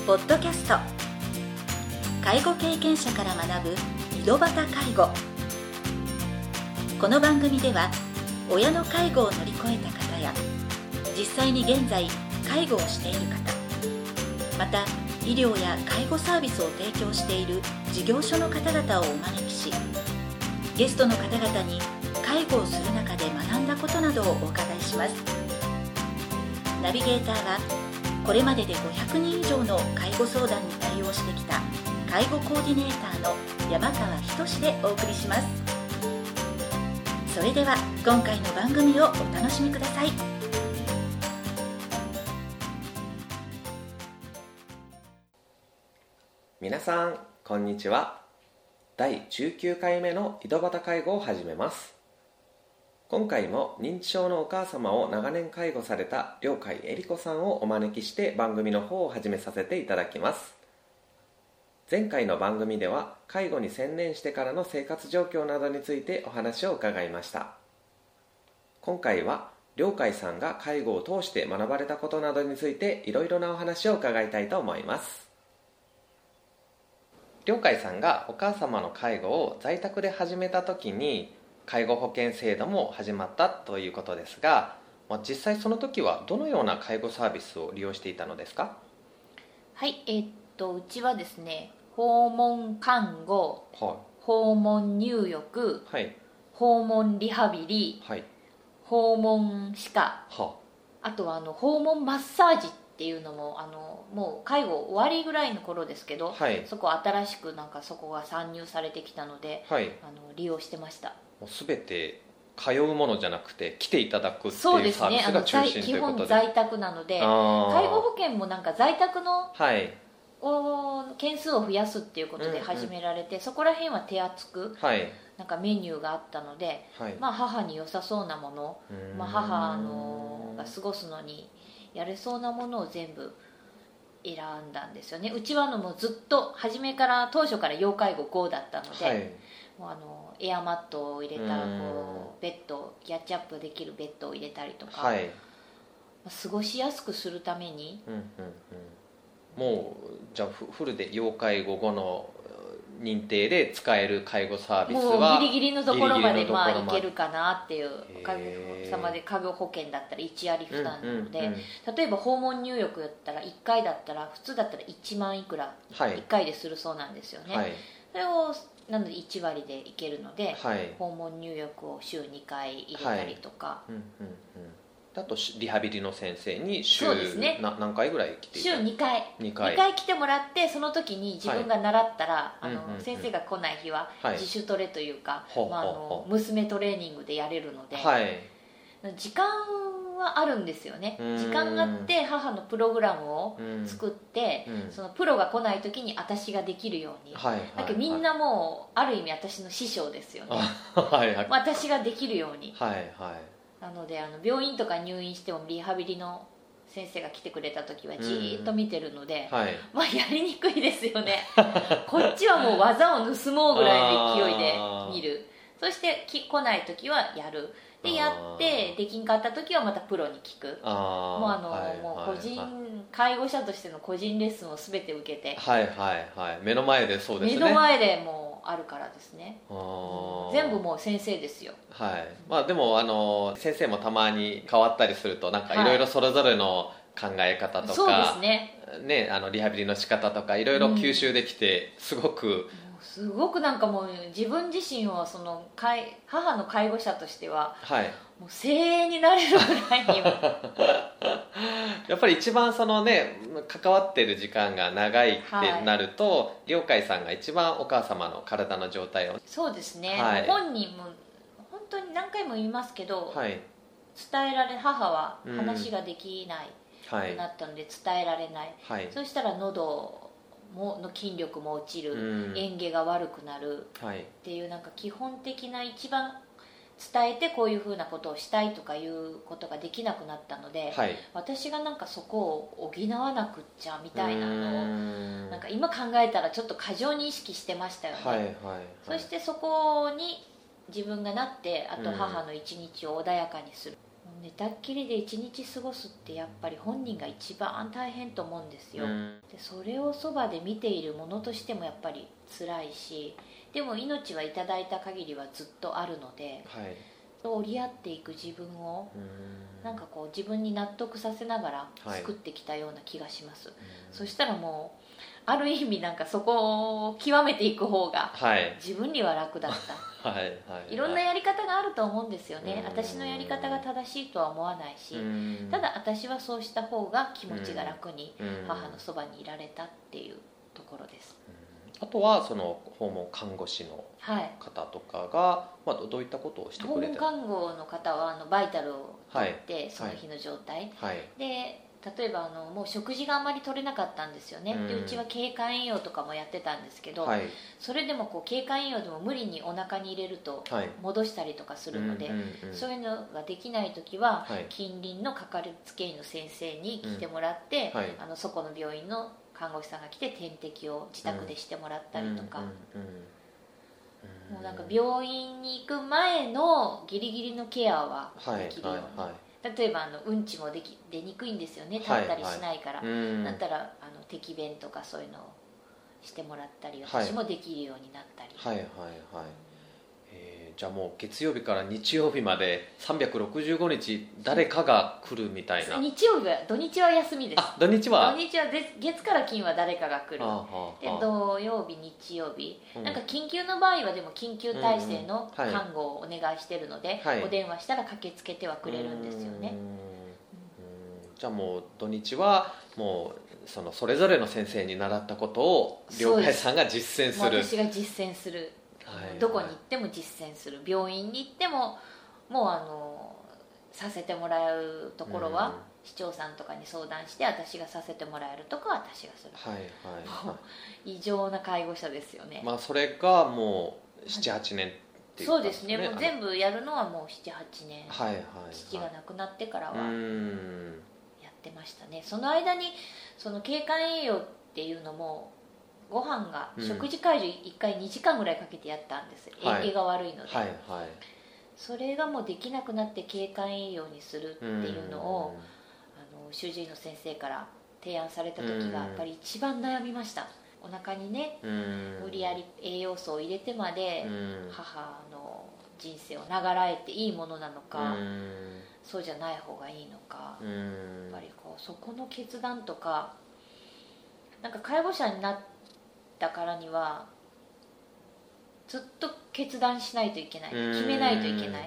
ポッドキャスト、介護経験者から学ぶ井戸端介護。この番組では親の介護を乗り越えた方や実際に現在介護をしている方、また医療や介護サービスを提供している事業所の方々をお招きし、ゲストの方々に介護をする中で学んだことなどをお伺いします。ナビゲーターはこれまでで500人以上の介護相談に対応してきた介護コーディネーターの山川仁でお送りします。それでは今回の番組をお楽しみください。 皆さんこんにちは。第19回目の井戸端介護を始めます。今回も認知症のお母様を長年介護された両海恵理子さんをお招きして番組の方を始めさせていただきます。前回の番組では介護に専念してからの生活状況などについてお話を伺いました。今回は両海さんが介護を通して学ばれたことなどについていろいろなお話を伺いたいと思います。両海さんがお母様の介護を在宅で始めた時に介護保険制度も始まったということですが、実際その時はどのような介護サービスを利用していたのですか？ はい、うちはですね、訪問看護、訪問入浴、訪問リハビリ、訪問歯科、あとは訪問マッサージっていうのももう介護終わりぐらいの頃ですけど、そこ新しくそこが参入されてきたので、利用してました。 もう全て通うものじゃなくて来ていただくっていうサービスが中心ということで、 基本在宅なので、介護保険も在宅の、件数を増やすっていうことで始められて、そこら辺は手厚く、メニューがあったので、母に良さそうなもの、母が過ごすのにやれそうなものを全部選んだんですよね。うちはもうずっと初めから当初から要介護5だったので、もうエアマットを入れたベッド、キャッチアップできるベッドを入れたりとか、過ごしやすくするために、 もうじゃあフルで要介護5の認定で使える介護サービスはもうギリギリのところまでいけるかなっていう。おかげさまで介護保険だったら1割負担なので、例えば訪問入浴だったら1回だったら普通だったら1万いくら1回でするそうなんですよね。それをなので1割でいけるので、訪問入浴を週2回入れたりとか、 あとリハビリの先生に週何回ぐらい来ていただく？ 週2回来てもらって、その時に自分が習ったら、先生が来ない日は自主トレというか、娘トレーニングでやれるので、時間はあるんですよね。時間があって母のプログラムを作って、そのプロが来ない時に私ができるように、だけどみんなもうある意味私の師匠ですよね。私ができるように、なので病院とか入院してもリハビリの先生が来てくれた時はじーっと見てるので、やりにくいですよね。こっちはもう技を盗もうぐらいの勢いで見る。そして来ない時はやる。でやってできんかった時はまたプロに聞く。もう個人介護者としての個人レッスンを全て受けて、 目の前で。そうですね、 目の前でもうあるからですね。全部もう先生ですよ。 でも先生もたまに変わったりするといろいろそれぞれの考え方とか、 そうですね、 リハビリの仕方とかいろいろ吸収できて、すごくもう自分自身を母の介護者としては、もう精鋭になれるぐらいにやっぱり一番関わってる時間が長いってなると、両海さんが一番お母様の体の状態を。 そうですね、本人も本当に何回も言いますけど、母は話ができないくなったので伝えられない、そうしたら喉の筋力も落ちる、嚥下が悪くなるっていう、基本的な一番伝えてこういうふうなことをしたいとかいうことができなくなったので、私がそこを補わなくっちゃみたいなのを今考えたらちょっと過剰に意識してましたよね。そしてそこに自分がなって、あと母の一日を穏やかにする、 寝たっきりで一日過ごすってやっぱり本人が一番大変と思うんですよ、でそれをそばで見ているものとしてもやっぱり辛いし、でも命はいただいた限りはずっとあるので、折り合っていく自分をなんかこう自分に納得させながら作ってきたような気がします、そしたらもうある意味なんかそこを極めていく方が自分には楽だった、いろんなやり方があると思うんですよね。私のやり方が正しいとは思わないし、ただ私はそうした方が気持ちが楽に母のそばにいられたっていうところです。 あとはその訪問看護師の方とかが、どういったことをしてくれて、 訪問看護の方はバイタルを取って、その日の状態、で例えばもう食事があんまり取れなかったんですよね、でうちは経過栄養とかもやってたんですけど、それでもこう経過栄養でも無理にお腹に入れると戻したりとかするので、そういうのができない時は、近隣のかかりつけ医の先生に来てもらって、そこの病院の看護師さんが来て点滴を自宅でしてもらったりとか、もうなんか病院に行く前のギリギリのケアはできるように、例えばうんちも出にくいんですよね、立ったりしないから、だったら摘便とかそういうのをしてもらったり、私もできるようになったり、 じゃあもう月曜日から日曜日まで365日誰かが来るみたいな。 日曜日は土日は休みです。 土日は月から金は誰かが来る。で土曜日日曜日、なんか緊急の場合はでも緊急体制の看護をお願いしてるので、お電話したら駆けつけてはくれるんですよね。 じゃあもう土日はもうそれぞれの先生に習ったことを了解さんが実践する。 私が実践する、どこに行っても実践する、病院に行ってももうさせてもらうところは市長さんとかに相談して私がさせてもらえるとか私がする、異常な介護者ですよね。 それがもう 7,8 年っていうか、 そうですね、もう全部やるのはもう 7,8 年、父が亡くなってからはやってましたね。その間にその経過栄養っていうのもご飯が、食事介助1回2時間ぐらいかけてやったんです、縁起が悪いので、それがもうできなくなって経過栄養にするっていうのを主治医の先生から提案された時がやっぱり一番悩みました。お腹にね、無理やり栄養素を入れてまで母の人生を長らえていいものなのか、そうじゃない方がいいのか、やっぱりこうそこの決断とか、なんか介護者になったからにはずっと決断しないといけない、決めないといけない、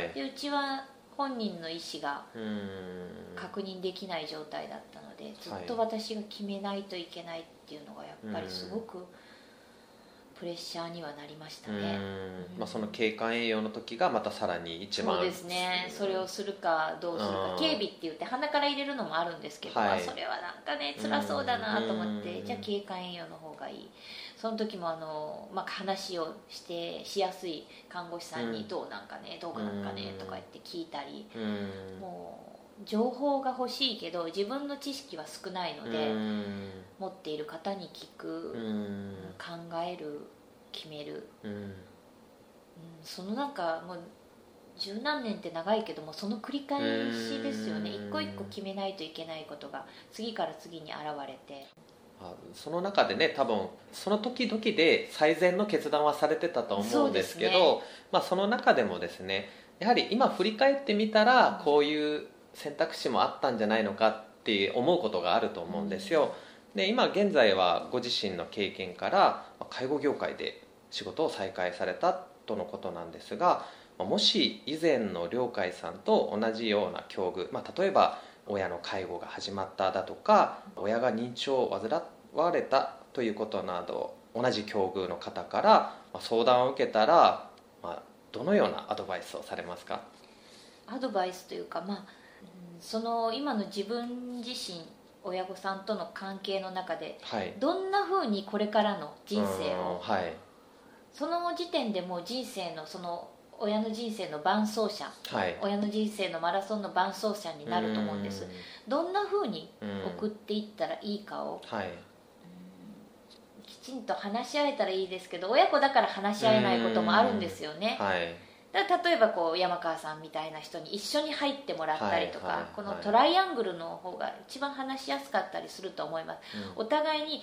でうちは本人の意思が確認できない状態だったので、ずっと私が決めないといけないっていうのがやっぱりすごくプレッシャーにはなりましたね。 その経過栄養の時がまたさらに一番、 そうですね、それをするかどうするか、警備って言って鼻から入れるのもあるんですけど、それはなんかね辛そうだなと思って、じゃあ経過栄養の方がいい。その時も話をしやすい看護師さんにどうなんかね、どうなんかねとか言って聞いたり、もう情報が欲しいけど自分の知識は少ないので、持っている方に聞く、考える、決める、そのなんかもう十何年って長いけども、その繰り返しですよね。一個一個決めないといけないことが次から次に現れて、 その中でね、多分その時々で最善の決断はされてたと思うんですけど、その中でもですね、やはり今振り返ってみたらこういう選択肢もあったんじゃないのかって思うことがあると思うんですよ。で今現在はご自身の経験から介護業界で仕事を再開されたとのことなんですが、もし以前の良海さんと同じような境遇、例えば親の介護が始まっただとか、親が認知症を患われたということなど、同じ境遇の方から相談を受けたら、どのようなアドバイスをされますか？ アドバイスというか、その今の自分自身、親御さんとの関係の中で、どんなふうにこれからの人生を、その時点でもう人生のその親の人生の伴走者、親の人生のマラソンの伴走者になると思うんです。どんなふうに送っていったらいいかを、きちんと話し合えたらいいですけど、親子だから話し合えないこともあるんですよね。 だから例えばこう山川さんみたいな人に一緒に入ってもらったりとか、このトライアングルの方が一番話しやすかったりすると思います、お互いに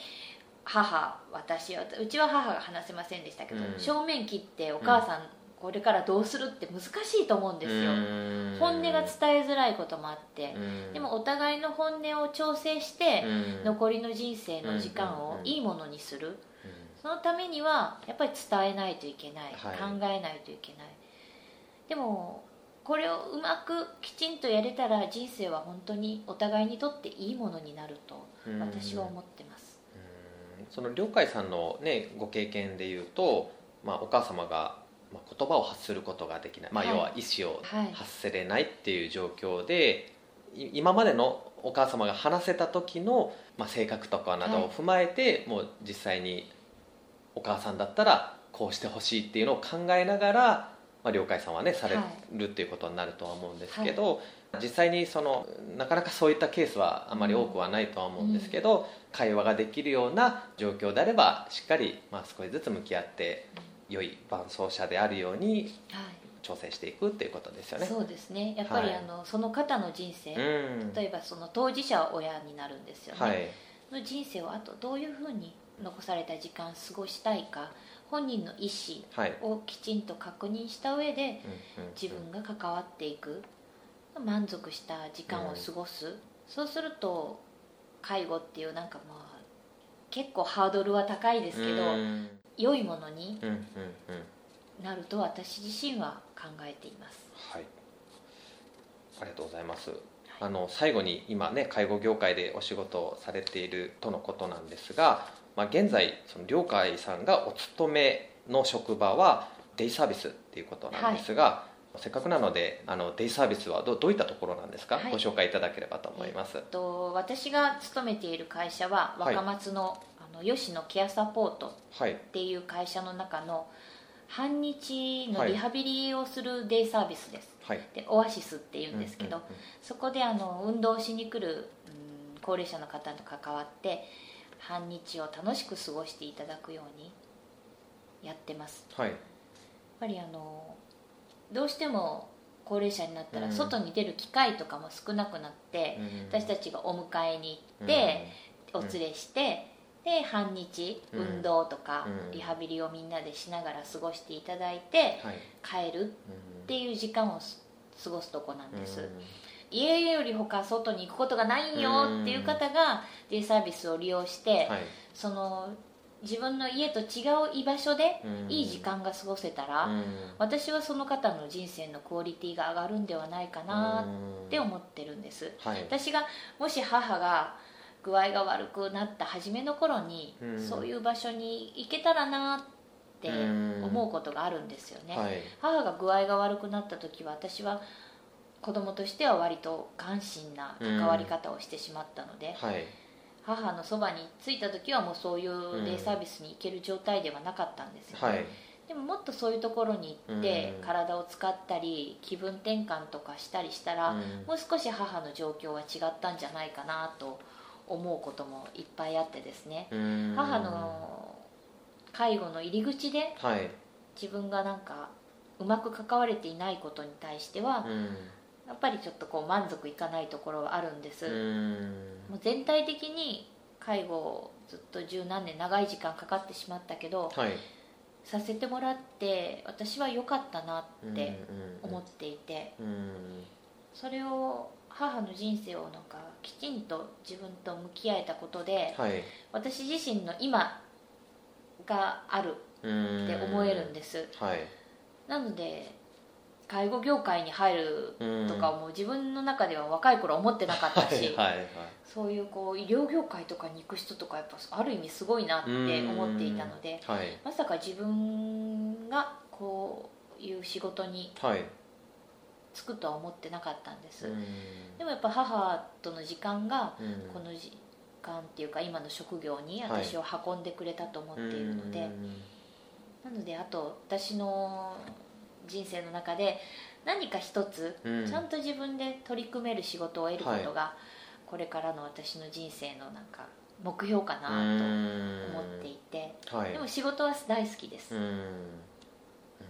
うちは母が話せませんでしたけど、正面切ってお母さん、これからどうするって難しいと思うんですよ。本音が伝えづらいこともあって、でもお互いの本音を調整して、残りの人生の時間をいいものにする、そのためにはやっぱり伝えないといけない、考えないといけない。でもこれをうまくきちんとやれたら、人生は本当にお互いにとっていいものになると私は思ってます。 その良海さんの、ね、ご経験でいうと、お母様が言葉を発することができない、要は意思を発せれないっていう状況で、今までのお母様が話せた時の、性格とかなどを踏まえて、もう実際にお母さんだったらこうしてほしいっていうのを考えながら、良海さんはねされるっていうことになるとは思うんですけど、実際になかなかそういったケースはあまり多くはないとは思うんですけど、会話ができるような状況であればしっかり、少しずつ向き合って良い伴走者であるように調整していくっていうことですよね。 そうですね、やっぱり、その方の人生、例えばその当事者は親になるんですよね、の人生をあとどういうふうに残された時間過ごしたいか、本人の意思をきちんと確認した上で自分が関わっていく、満足した時間を過ごす、そうすると介護っていう結構ハードルは高いですけど、良いものになると私自身は考えています。 はい、ありがとうございます。最後に今ね、介護業界でお仕事をされているとのことなんですが、現在その良海さんがお勤めの職場はデイサービスっていうことなんですが、せっかくなのでデイサービスはどういったところなんですか、ご紹介いただければと思います。 私が勤めている会社は若松の、吉野ケアサポートっていう会社の中の半日のリハビリをするデイサービスです、でオアシスっていうんですけど、そこで運動しに来る、高齢者の方と関わって半日を楽しく過ごしていただくようにやってます、やっぱりどうしても高齢者になったら外に出る機会とかも少なくなって、私たちがお迎えに行って、お連れして、で半日運動とかリハビリをみんなでしながら過ごしていただいて、帰るっていう時間を過ごすとこなんです、家より他外に行くことがないよっていう方がデイサービスを利用して、その自分の家と違う居場所でいい時間が過ごせたら、私はその方の人生のクオリティが上がるんではないかなって思ってるんです、私がもし母が具合が悪くなった初めの頃に、そういう場所に行けたらなって思うことがあるんですよね、母が具合が悪くなった時は、私は子供としては割と肝心な関わり方をしてしまったので、母のそばに着いた時はもうそういうデイサービスに行ける状態ではなかったんですよね、でももっとそういうところに行って体を使ったり気分転換とかしたりしたら、もう少し母の状況は違ったんじゃないかなと思うこともいっぱいあってですね、母の介護の入り口で自分がうまく関われていないことに対しては、やっぱりちょっと満足いかないところはあるんです。もう全体的に介護をずっと十何年長い時間かかってしまったけど、させてもらって私は良かったなって思っていて、それを母の人生をきちんと自分と向き合えたことで、私自身の今があるって思えるんです、なので介護業界に入るとかも自分の中では若い頃思ってなかったし、そういう医療業界とかに行く人とかやっぱある意味すごいなって思っていたので、まさか自分がこういう仕事につくとは思ってなかったんです、でもやっぱ母との時間がこの時間っていうか今の職業に私を運んでくれたと思っているので、なのであと私の人生の中で何か一つちゃんと自分で取り組める仕事を得ることがこれからの私の人生の目標かなと思っていて、でも仕事は大好きです。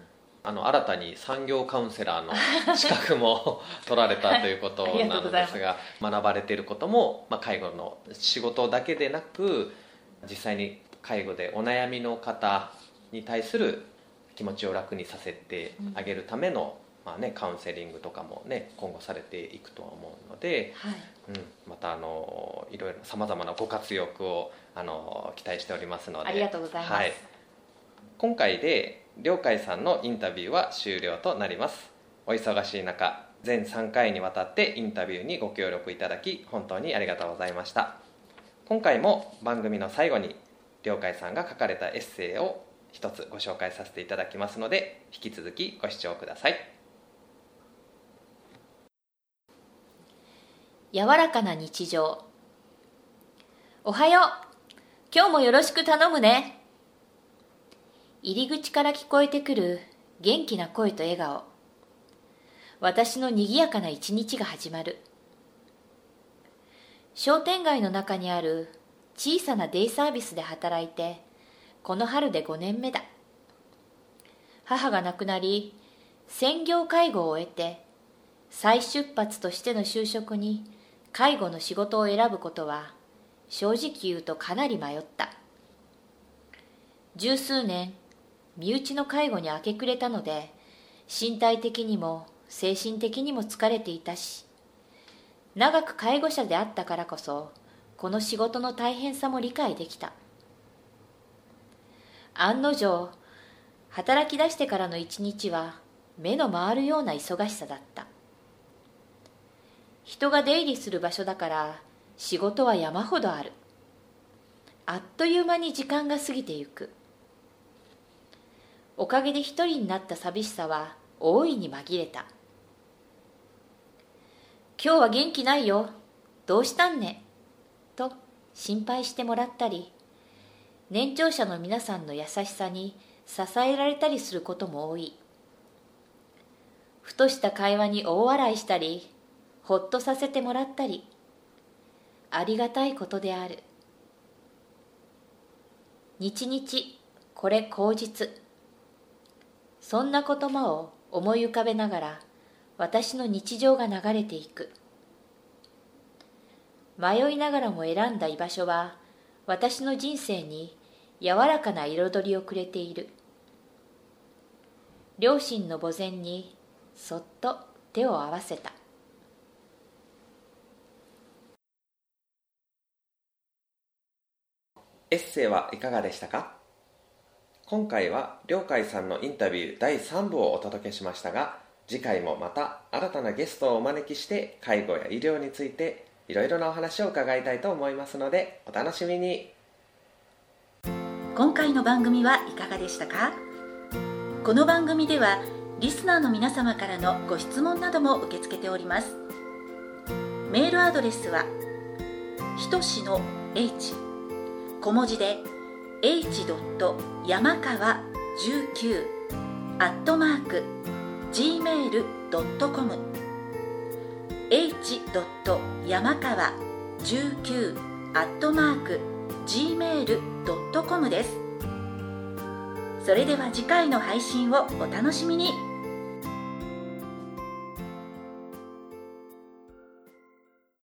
新たに産業カウンセラーの資格も取られたということなのですが、学ばれていることも、介護の仕事だけでなく、実際に介護でお悩みの方に対する気持ちを楽にさせてあげるための、カウンセリングとかもね、今後されていくとは思うので、またいろいろさまざまなご活躍を期待しておりますので、 ありがとうございます。 今回で亮海さんのインタビューは終了となります。お忙しい中、全3回にわたってインタビューにご協力いただき本当にありがとうございました。今回も番組の最後に亮海さんが書かれたエッセイを一つご紹介させていただきますので、引き続きご視聴ください。 柔らかな日常。おはよう。今日もよろしく頼むね。入り口から聞こえてくる元気な声と笑顔。私の賑やかな一日が始まる。商店街の中にある小さなデイサービスで働いて、この春で5年目だ。母が亡くなり、専業介護を終えて、再出発としての就職に介護の仕事を選ぶことは、正直言うとかなり迷った。十数年、身内の介護に明け暮れたので、身体的にも精神的にも疲れていたし、長く介護者であったからこそ、この仕事の大変さも理解できた。案の定、働き出してからの一日は目の回るような忙しさだった。人が出入りする場所だから仕事は山ほどある。あっという間に時間が過ぎてゆく。おかげで一人になった寂しさは大いに紛れた。今日は元気ないよ。どうしたんねと心配してもらったり、年長者の皆さんの優しさに支えられたりすることも多い。ふとした会話に大笑いしたり、ほっとさせてもらったり、ありがたいことである。日々これ口実。そんな言葉を思い浮かべながら私の日常が流れていく。迷いながらも選んだ居場所は私の人生に柔らかな彩りをくれている。両親の墓前にそっと手を合わせた。 エッセイはいかがでしたか？今回は亮海さんのインタビュー第3部をお届けしましたが、次回もまた新たなゲストをお招きして介護や医療についていろいろなお話を伺いたいと思いますので、お楽しみに。 今回の番組はいかがでしたか？この番組ではリスナーの皆様からのご質問なども受け付けております。メールアドレスはひとしの H 小文字で h. 山川19 @gmail.com h. 山川19 @gmail.com です。それでは次回の配信をお楽しみに。